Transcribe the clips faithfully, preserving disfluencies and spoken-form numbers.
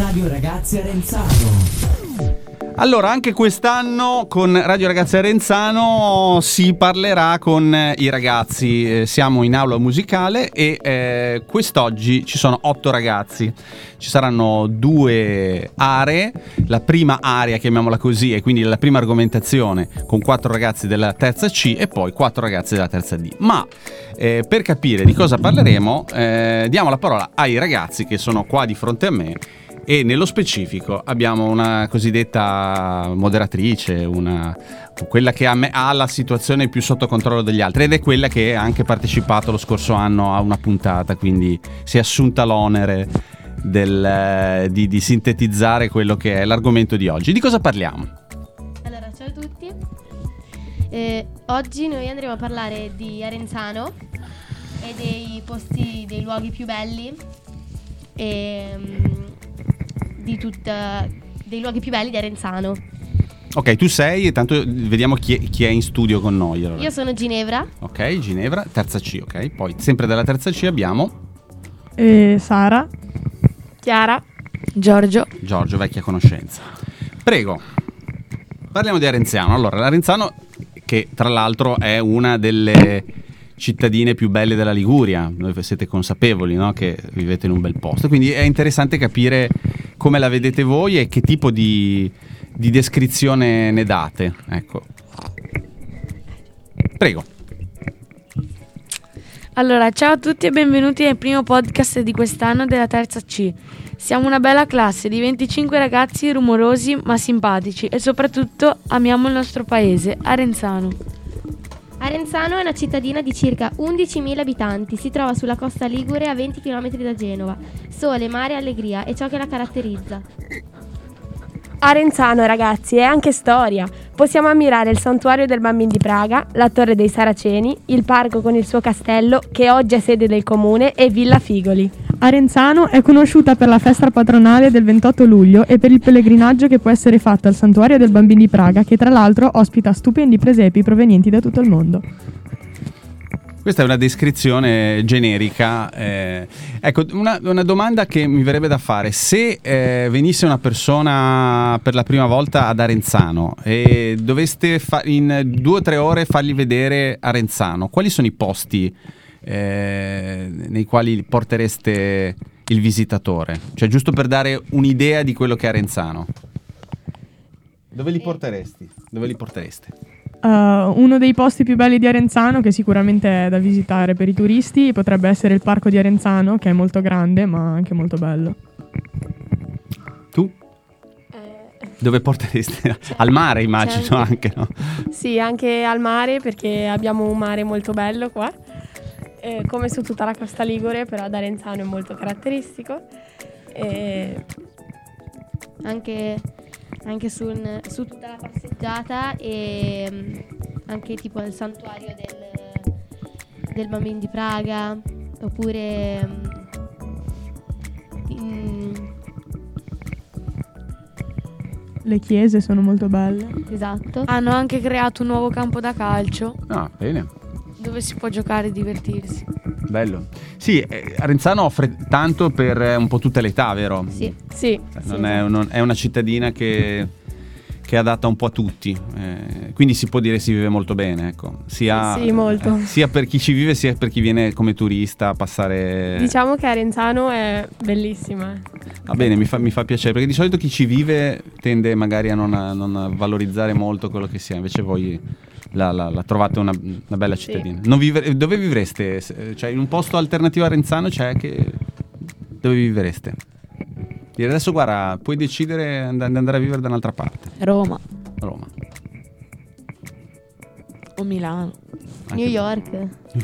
Radio Ragazzi Arenzano. Allora, anche quest'anno con Radio Ragazzi Arenzano si parlerà con i ragazzi. Eh, siamo in aula musicale e eh, quest'oggi ci sono otto ragazzi. Ci saranno due aree. La prima area, chiamiamola così, e quindi la prima argomentazione con quattro ragazzi della terza C e poi quattro ragazzi della terza D. Ma eh, per capire di cosa parleremo, eh, diamo la parola ai ragazzi che sono qua di fronte a me. E nello specifico abbiamo una cosiddetta moderatrice, una, quella che ha, me, ha la situazione più sotto controllo degli altri, ed è quella che ha anche partecipato lo scorso anno a una puntata, quindi si è assunta l'onere del, di, di sintetizzare quello che è l'argomento di oggi. Di cosa parliamo? Allora, ciao a tutti. Eh, oggi noi andremo a parlare di Arenzano e dei posti, dei luoghi più belli e di tutta, dei luoghi più belli di Arenzano. Ok, tu sei, e tanto vediamo chi è, chi è in studio con noi. Allora. Io sono Ginevra. Ok, Ginevra, terza C, ok. Poi sempre dalla terza C abbiamo eh, Sara, Chiara, Giorgio. Giorgio, vecchia conoscenza. Prego, parliamo di Arenzano. Allora, l'Arenzano, che tra l'altro è una delle cittadine più belle della Liguria, noi siete consapevoli, no? Che vivete in un bel posto, quindi è interessante capire come la vedete voi e che tipo di, di descrizione ne date. Ecco. Prego. Allora, ciao a tutti e benvenuti nel primo podcast di quest'anno della terza C. Siamo una bella classe di venticinque ragazzi rumorosi ma simpatici e soprattutto amiamo il nostro paese, Arenzano. Arenzano è una cittadina di circa undicimila abitanti, si trova sulla costa ligure a venti chilometri da Genova. Sole, mare e allegria è ciò che la caratterizza. Arenzano, ragazzi, è anche storia. Possiamo ammirare il santuario del Bambin di Praga, la Torre dei Saraceni, il parco con il suo castello, che oggi è sede del comune, e Villa Figoli. Arenzano è conosciuta per la festa patronale del ventotto luglio e per il pellegrinaggio che può essere fatto al santuario del Bambin di Praga, che tra l'altro ospita stupendi presepi provenienti da tutto il mondo. Questa è una descrizione generica. Eh, ecco, una, una domanda che mi verrebbe da fare: se eh, venisse una persona per la prima volta ad Arenzano e doveste fa- in due o tre ore fargli vedere Arenzano, quali sono i posti eh, nei quali portereste il visitatore? Cioè, giusto per dare un'idea di quello che è Arenzano. Dove li porteresti? Dove li portereste? Uh, uno dei posti più belli di Arenzano, che sicuramente è da visitare per i turisti, potrebbe essere il parco di Arenzano, che è molto grande ma anche molto bello. Tu? Eh, Dove porteresti? Al mare, immagino, anche. anche, no? Sì, anche al mare, perché abbiamo un mare molto bello qua, eh, come su tutta la costa ligure, però ad Arenzano è molto caratteristico. E Anche, anche su, un, su tutta la passeggiata e um, anche tipo il santuario del, del Bambin di Praga, oppure um, in, Le chiese sono molto belle. esatto. Hanno anche creato un nuovo campo da calcio Ah, bene. dove si può giocare e divertirsi. Bello. Sì, eh, Arenzano offre tanto per eh, un po' tutte le età, vero? Sì. sì, Non sì, è, non- è una cittadina che, che è adatta un po' a tutti, eh, quindi si può dire si vive molto bene, ecco. Sia, Sì, molto. eh, sia per chi ci vive sia per chi viene come turista a passare. Diciamo che Arenzano è bellissima. Va bene, mi fa, mi fa piacere, perché di solito chi ci vive tende magari a non, a non a valorizzare molto quello che sia, invece voi la, la- la trovate una, una bella cittadina. Non vive- dove vivreste? Se- Cioè, in un posto alternativo a Arenzano c'è che... Dove vivreste? E adesso guarda, puoi decidere and- di andare a vivere da un'altra parte. Roma Roma. o Milano. Anche- New York.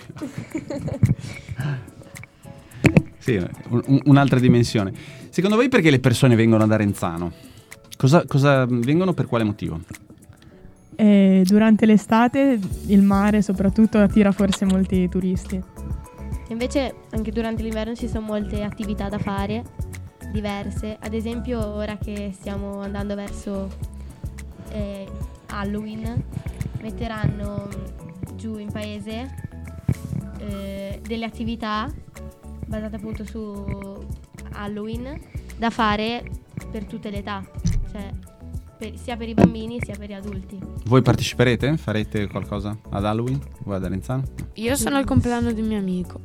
Sì, un- un- un'altra dimensione. Secondo voi perché le persone vengono ad Arenzano? Cosa, cosa vengono, per quale motivo? E durante l'estate il mare soprattutto attira forse molti turisti. Invece anche durante l'inverno ci sono molte attività da fare, diverse. Ad esempio ora che stiamo andando verso eh, Halloween, metteranno giù in paese eh, delle attività basate appunto su Halloween da fare per tutte le età, cioè per, sia per i bambini sia per gli adulti. Voi parteciperete? Farete qualcosa ad Halloween? Voi ad Arenzano? Io sono al compleanno di un mio amico.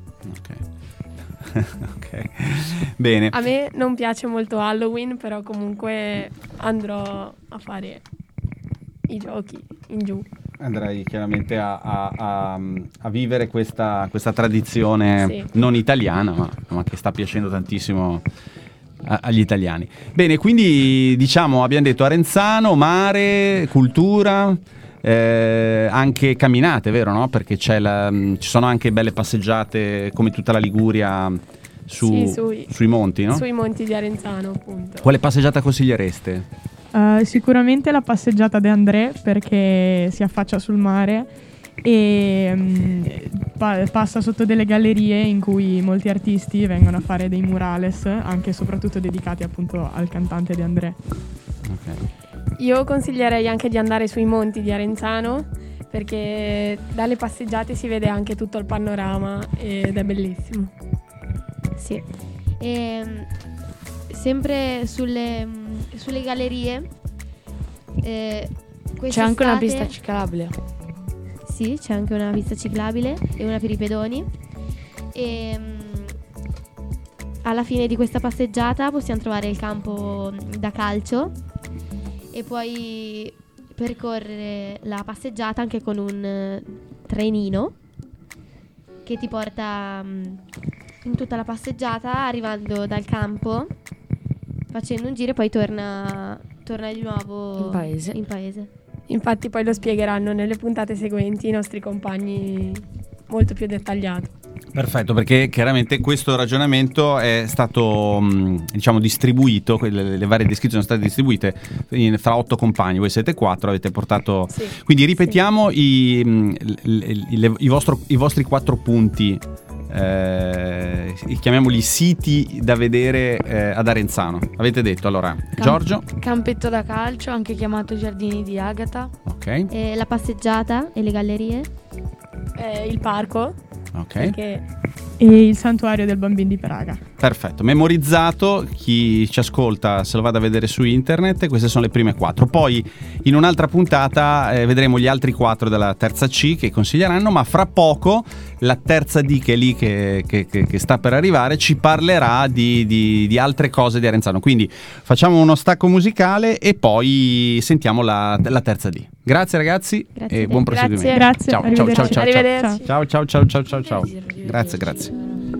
Ok. Ok. Bene. A me non piace molto Halloween, però comunque andrò a fare i giochi in giù. Andrai chiaramente a, a, a, a vivere questa, questa tradizione Sì. non italiana, ma, ma che sta piacendo tantissimo a, agli italiani. Bene, quindi diciamo abbiamo detto Arenzano, mare, cultura, eh, anche camminate, vero, no? Perché c'è la, ci sono anche belle passeggiate come tutta la Liguria su, Sì, sui- sui monti, no? Sui monti di Arenzano, appunto. Quale passeggiata consigliereste? Uh, sicuramente la passeggiata De André, perché si affaccia sul mare e mm, pa- passa sotto delle gallerie in cui molti artisti vengono a fare dei murales, anche e soprattutto dedicati appunto al cantante De André. Ok. Io consiglierei anche di andare sui monti di Arenzano, perché dalle passeggiate si vede anche tutto il panorama ed è bellissimo. Sì. E, sempre sulle, sulle gallerie eh, C'è anche una quest'estate- pista ciclabile. Sì, c'è anche una pista ciclabile e una per i pedoni. E mm, alla fine di questa passeggiata possiamo trovare il campo da calcio e puoi percorrere la passeggiata anche con un eh, trenino che ti porta mm, in tutta la passeggiata, arrivando dal campo, facendo un giro e poi torna, torna di nuovo In paese. in paese. Infatti poi lo spiegheranno nelle puntate seguenti i nostri compagni molto più dettagliato. Perfetto, perché chiaramente questo ragionamento è stato mh, diciamo distribuito, quelle, le varie descrizioni sono state distribuite in, fra otto compagni, voi siete quattro, avete portato... Sì. Quindi ripetiamo i, mh, le- le- i, vostro- i vostri quattro punti, eh, chiamiamoli siti da vedere eh, ad Arenzano. Avete detto allora, Giorgio? Campetto da calcio, anche chiamato Giardini di Agata. Ok, E la passeggiata e le gallerie. Eh, il parco, ok. perché E il santuario del Bambino di Praga. Perfetto, memorizzato, chi ci ascolta se lo vada a vedere su internet, queste sono le prime quattro. Poi in un'altra puntata eh, vedremo gli altri quattro della terza C che consiglieranno, ma fra poco la terza D che è lì che, che, che, che sta per arrivare ci parlerà di, di, di altre cose di Arenzano. Quindi facciamo uno stacco musicale e poi sentiamo la, la terza D. Grazie ragazzi Grazie e a te. buon proseguimento. Grazie, Ciao, ciao, arrivederci. ciao, ciao, Arrivederci. ciao, ciao, ciao, ciao, ciao, ciao. Grazie, grazie.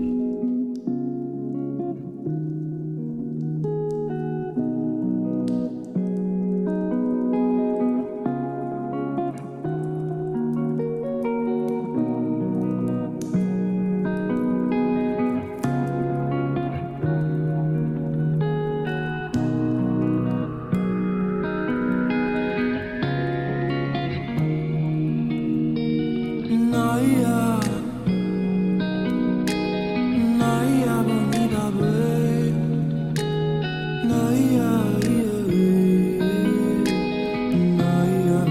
Naya, Naya, bonita babe, Naya, Naya,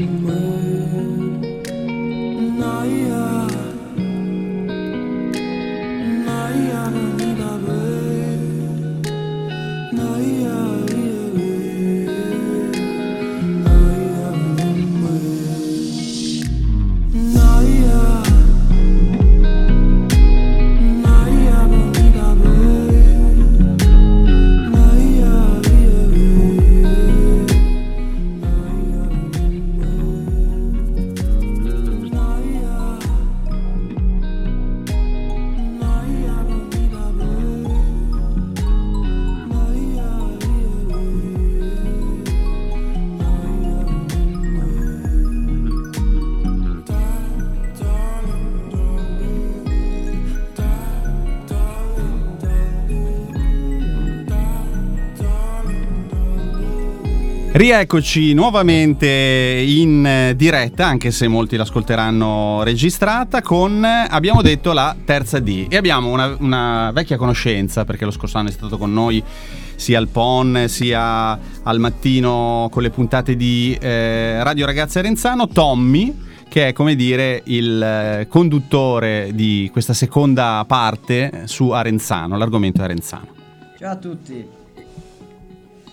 Naya, Naya, bonita babe, Naya, Rieccoci nuovamente in diretta, anche se molti l'ascolteranno registrata, con, abbiamo detto, la terza D. E abbiamo una, una vecchia conoscenza, perché lo scorso anno è stato con noi sia al P O N sia al mattino con le puntate di eh, Radio Ragazze Arenzano, Tommy, che è, come dire, il eh, conduttore di questa seconda parte su Arenzano, l'argomento è Arenzano. Ciao a tutti.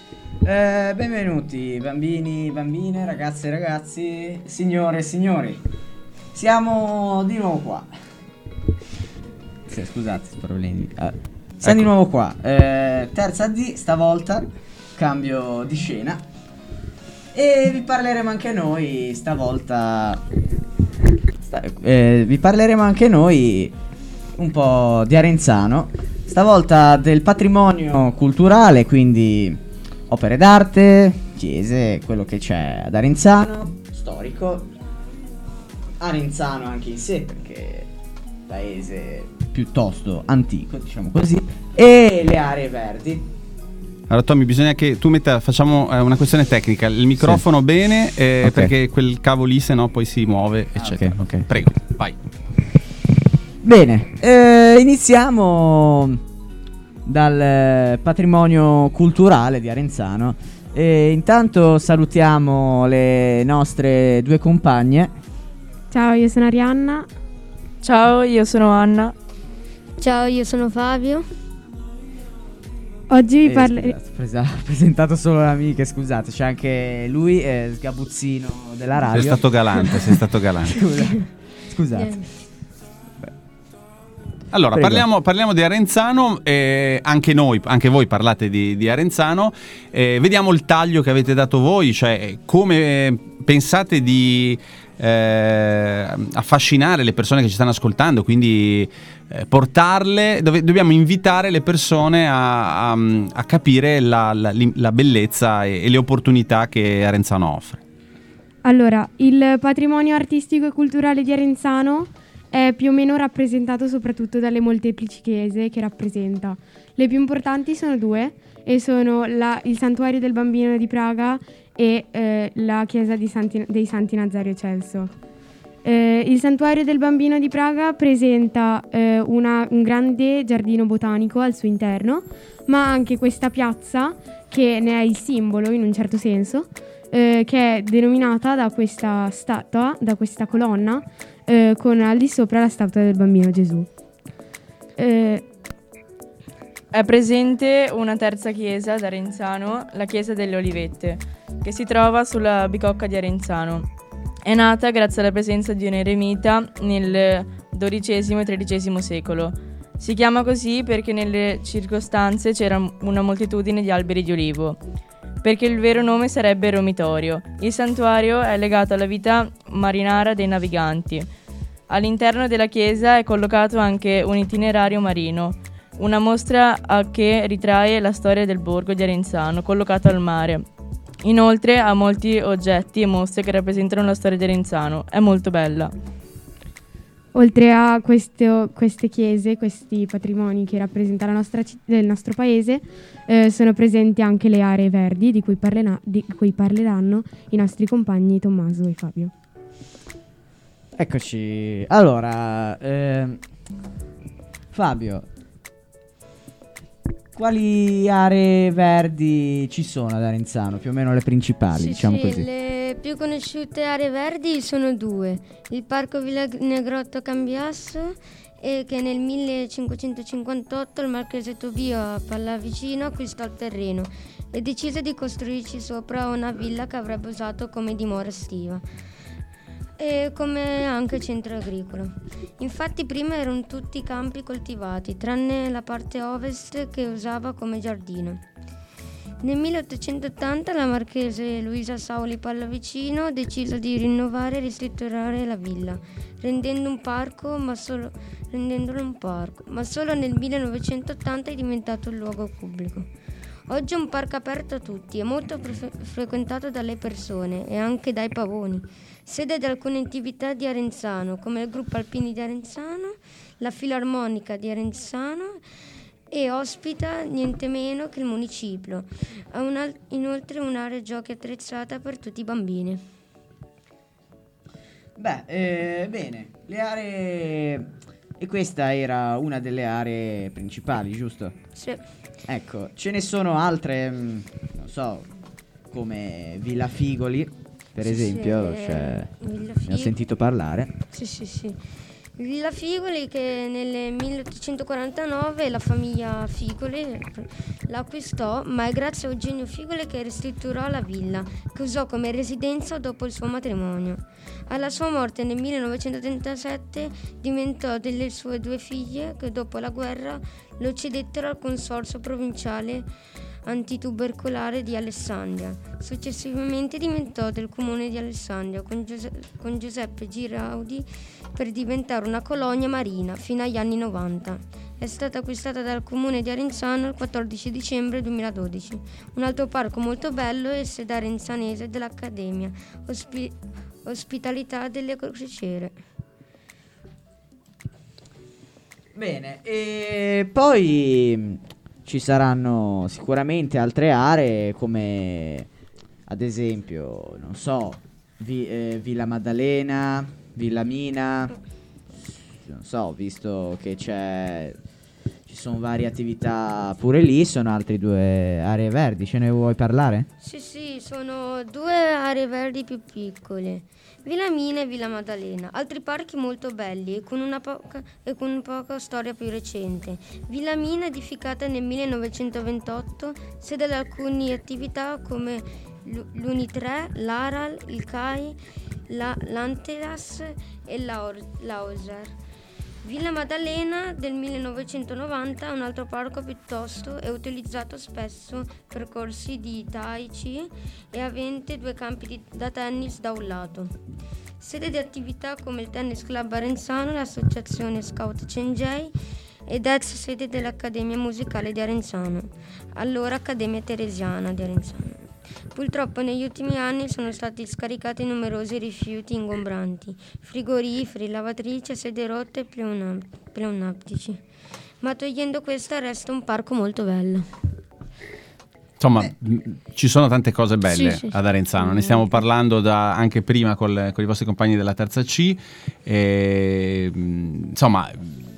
Eh, benvenuti bambini, bambine, ragazze e ragazzi, signore e signori. Siamo di nuovo qua. Sì, scusate, problemi. Eh, siamo Ecco. di nuovo qua. Eh, terza D, stavolta cambio di scena. E vi parleremo anche noi stavolta. sta- eh, vi parleremo anche noi un po' di Arenzano. Stavolta del patrimonio culturale, quindi opere d'arte, chiese, quello che c'è ad Arenzano, storico. Arenzano anche in sé, perché paese piuttosto antico, diciamo così, e le aree verdi. Allora Tommy, bisogna che tu metta, facciamo eh, una questione tecnica, il microfono bene, eh, Ok. perché quel cavo lì se no poi si muove, Ah, eccetera. ok, ok. Prego, vai. Bene, eh, iniziamo dal eh, patrimonio culturale di Arenzano. E intanto salutiamo le nostre due compagne. Ciao, io sono Arianna. Ciao, io sono Anna. Ciao, io sono Fabio. Oggi vi Eh, parleremo. scusate, ho presa- ho presentato solo le amiche, scusate, c'è anche lui, eh, sgabuzzino della radio. Sei stato galante, sei stato galante. Scusa- Scusate. Allora, Prego. parliamo, parliamo di Arenzano, eh, anche noi, anche voi parlate di, di Arenzano, eh, vediamo il taglio che avete dato voi, cioè come pensate di eh, affascinare le persone che ci stanno ascoltando, quindi eh, portarle, dove, dobbiamo invitare le persone a, a, a capire la, la- la bellezza e, e le opportunità che Arenzano offre. Allora, il patrimonio artistico e culturale di Arenzano è più o meno rappresentato soprattutto dalle molteplici chiese che rappresenta. Le più importanti sono due e sono la- il Santuario del Bambino di Praga e eh, la chiesa di Santi- dei Santi Nazario e Celso. Eh, il Santuario del Bambino di Praga presenta eh, una- un grande giardino botanico al suo interno, ma anche questa piazza che ne è il simbolo in un certo senso, eh, che è denominata da questa statua, da questa colonna, eh, con al di sopra la statua del bambino Gesù. Eh, È presente una terza chiesa ad Arenzano, la chiesa delle Olivette, che si trova sulla bicocca di Arenzano. È nata grazie alla presenza di un eremita nel dodicesimo e tredicesimo secolo. Si chiama così perché nelle circostanze c'era una moltitudine di alberi di olivo, perché il vero nome sarebbe Romitorio. Il santuario è legato alla vita marinara dei naviganti. All'interno della chiesa è collocato anche un itinerario marino, una mostra a che ritrae la storia del borgo di Arenzano, collocato al mare. Inoltre ha molti oggetti e mostre che rappresentano la storia di Arenzano. È molto bella. Oltre a questo- queste chiese, questi patrimoni che rappresentano la nostra citt- il nostro paese, eh, sono presenti anche le aree verdi di cui, parlena- di cui parleranno i nostri compagni Tommaso e Fabio. Eccoci. Allora, ehm, Fabio, quali aree verdi ci sono ad Arenzano? Più o meno le principali, Sì, diciamo sì, così. le più conosciute aree verdi sono due: il Parco Villa Negrotto Cambiasso, e che nel millecinquecentocinquantotto il marchese Tobio a Pallavicino acquistò il terreno e decise di costruirci sopra una villa che avrebbe usato come dimora estiva e come anche centro agricolo. Infatti prima erano tutti campi coltivati, tranne la parte ovest che usava come giardino. Nel milleottocentottanta la marchese Luisa Sauli Pallavicino decise di rinnovare e ristrutturare la villa, rendendo un parco, ma solo, rendendolo un parco, ma solo nel millenovecentottanta è diventato un luogo pubblico. Oggi è un parco aperto a tutti, è molto pre- frequentato dalle persone e anche dai pavoni, sede di alcune attività di Arenzano, come il gruppo Alpini di Arenzano, la Filarmonica di Arenzano, e ospita niente meno che il municipio. Ha una- inoltre un'area giochi attrezzata per tutti i bambini. Beh, eh, bene, le aree... E questa era una delle aree principali, giusto? Sì. Ecco, ce ne sono altre, mh, non so, come Villa Figoli, per Sì, esempio, sì, cioè, Villa ne ho Figoli. sentito parlare. Sì, sì, sì. Villa Figoli, che nel milleottocentoquarantanove la famiglia Figoli l'acquistò, ma è grazie a Eugenio Figoli che ristrutturò la villa, che usò come residenza dopo il suo matrimonio. Alla sua morte nel millenovecentotrentasette diventò delle sue due figlie, che dopo la guerra lo cedettero al Consorzio Provinciale Antitubercolare di Alessandria. Successivamente diventò del comune di Alessandria con, Giuse- con Giuseppe Giraudi per diventare una colonia marina fino agli anni novanta. È stata acquistata dal comune di Arenzano il quattordici dicembre duemiladodici. Un altro parco molto bello è sede arenzanese dell'Accademia Ospi- Ospitalità delle Crociere. Bene, e poi ci saranno sicuramente altre aree come ad esempio, non so, Vi- eh, Villa Maddalena, Villa Mina, non so, visto che c'è, ci sono varie attività pure lì, sono altre due aree verdi, ce ne vuoi parlare? Sì, sì, sono due aree verdi più piccole, Villa Mina e Villa Maddalena. Altri parchi molto belli e con una poca, e con una poca storia più recente. Villa Mina, edificata nel millenovecentoventotto, sede di alcune attività come l'Unitre, l'Aral, il C A I, la, l'Antelas e l'Auser. Villa Maddalena del millenovecentonovanta, un altro parco piuttosto, è utilizzato spesso per corsi di Tai Chi e avente due campi di, da tennis da un lato. Sede di attività come il Tennis Club Arenzano, l'associazione Scout Cengei ed ex sede dell'Accademia Musicale di Arenzano, allora Accademia Teresiana di Arenzano. Purtroppo negli ultimi anni sono stati scaricati numerosi rifiuti ingombranti, frigoriferi, lavatrici, sedie rotte e pleonam- pleonaptici. Ma togliendo questa resta un parco molto bello. Insomma, mh, ci sono tante cose belle Sì, sì, ad sì. Arenzano, ne stiamo parlando da, anche prima col, con i vostri compagni della terza C. E, mh, insomma,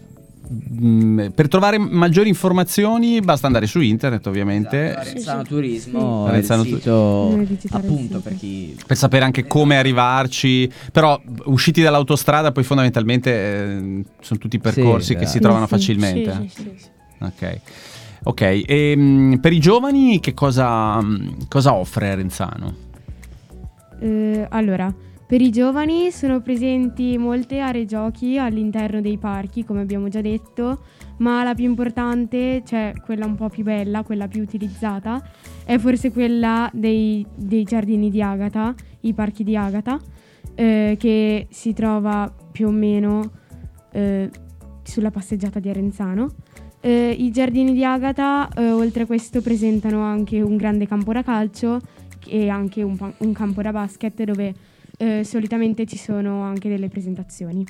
mh, per trovare maggiori informazioni basta andare su internet, ovviamente. Esatto, Arenzano Turismo, Sì. Arenzano il Tu- sito Noi digitare il appunto sito. per chi Per sapere anche come arrivarci, però usciti dall'autostrada poi fondamentalmente eh, sono tutti percorsi che esatto. si trovano Sì, sì. facilmente. Sì, sì, sì, sì. Ok, ok. E, mh, per i giovani che cosa, mh, cosa offre Arenzano? Eh, allora, per i giovani sono presenti molte aree giochi all'interno dei parchi, come abbiamo già detto, ma la più importante, cioè quella un po' più bella, quella più utilizzata, è forse quella dei, dei giardini di Agata, i parchi di Agata, eh, che si trova più o meno eh, sulla passeggiata di Arenzano. Eh, I giardini di Agata, eh, oltre a questo, presentano anche un grande campo da calcio e anche un, pa- un campo da basket dove eh, solitamente ci sono anche delle presentazioni.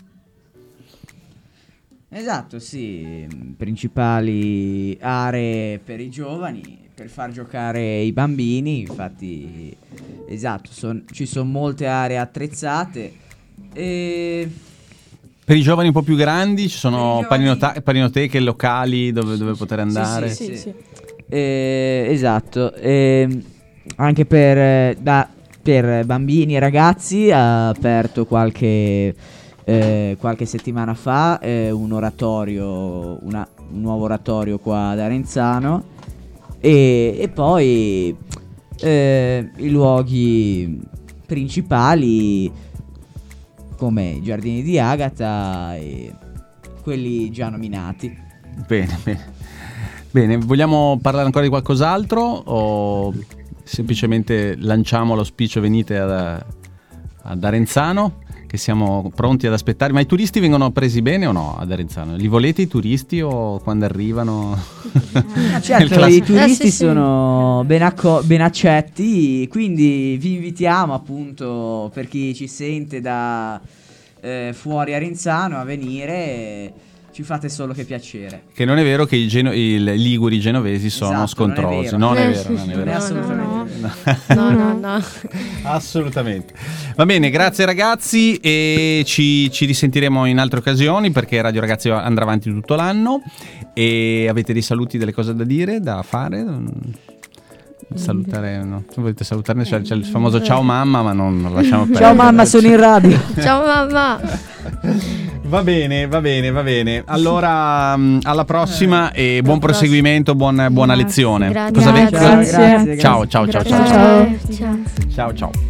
Esatto, sì, mh, principali aree per i giovani, per far giocare i bambini, infatti, esatto, son- ci sono molte aree attrezzate e Per i giovani un po' più grandi ci sono Per i giovani- paninota- paninoteche locali dove, dove poter andare. sì, Sì, sì. sì. Eh, esatto, ehm, anche per, eh, da- per bambini e ragazzi ha aperto qualche, eh, qualche settimana fa eh, un oratorio, una- un nuovo oratorio qua ad Arenzano e, e poi eh, i luoghi principali come i giardini di Agata e quelli già nominati. Bene, bene. Bene, vogliamo parlare ancora di qualcos'altro o semplicemente lanciamo l'auspicio venite ad, ad Arenzano, che siamo pronti ad aspettare? Ma i turisti vengono presi bene o no ad Arenzano? Li volete i turisti o quando arrivano? Ah, certo, Il classico- i turisti Eh, sì, sì. sono ben, acco- ben accetti, quindi vi invitiamo appunto per chi ci sente da eh, fuori Arenzano a venire, ci fate solo che piacere. Che non è vero che i, geno- i liguri genovesi sono Esatto, non è scontrosi. vero. Non è Eh, vero, sì, non è sì, vero. Non è no, assolutamente no, vero. No, no, no. Assolutamente. Va bene, grazie ragazzi e ci, ci risentiremo in altre occasioni perché Radio Ragazzi andrà avanti tutto l'anno. E avete dei saluti, delle cose da dire, da fare? Salutare, no? Se volete salutarne c'è, c'è il famoso ciao mamma, ma non lo lasciamo perdere. Ciao mamma, sono in radio. Ciao mamma. Va bene, va bene, va bene. Allora, mh, alla prossima e buon prossima. proseguimento, buon- buona Grazie, lezione. grazie. Cosa ve- Grazie. Ciao, ciao, ciao, ciao. Ciao. Ciao, ciao.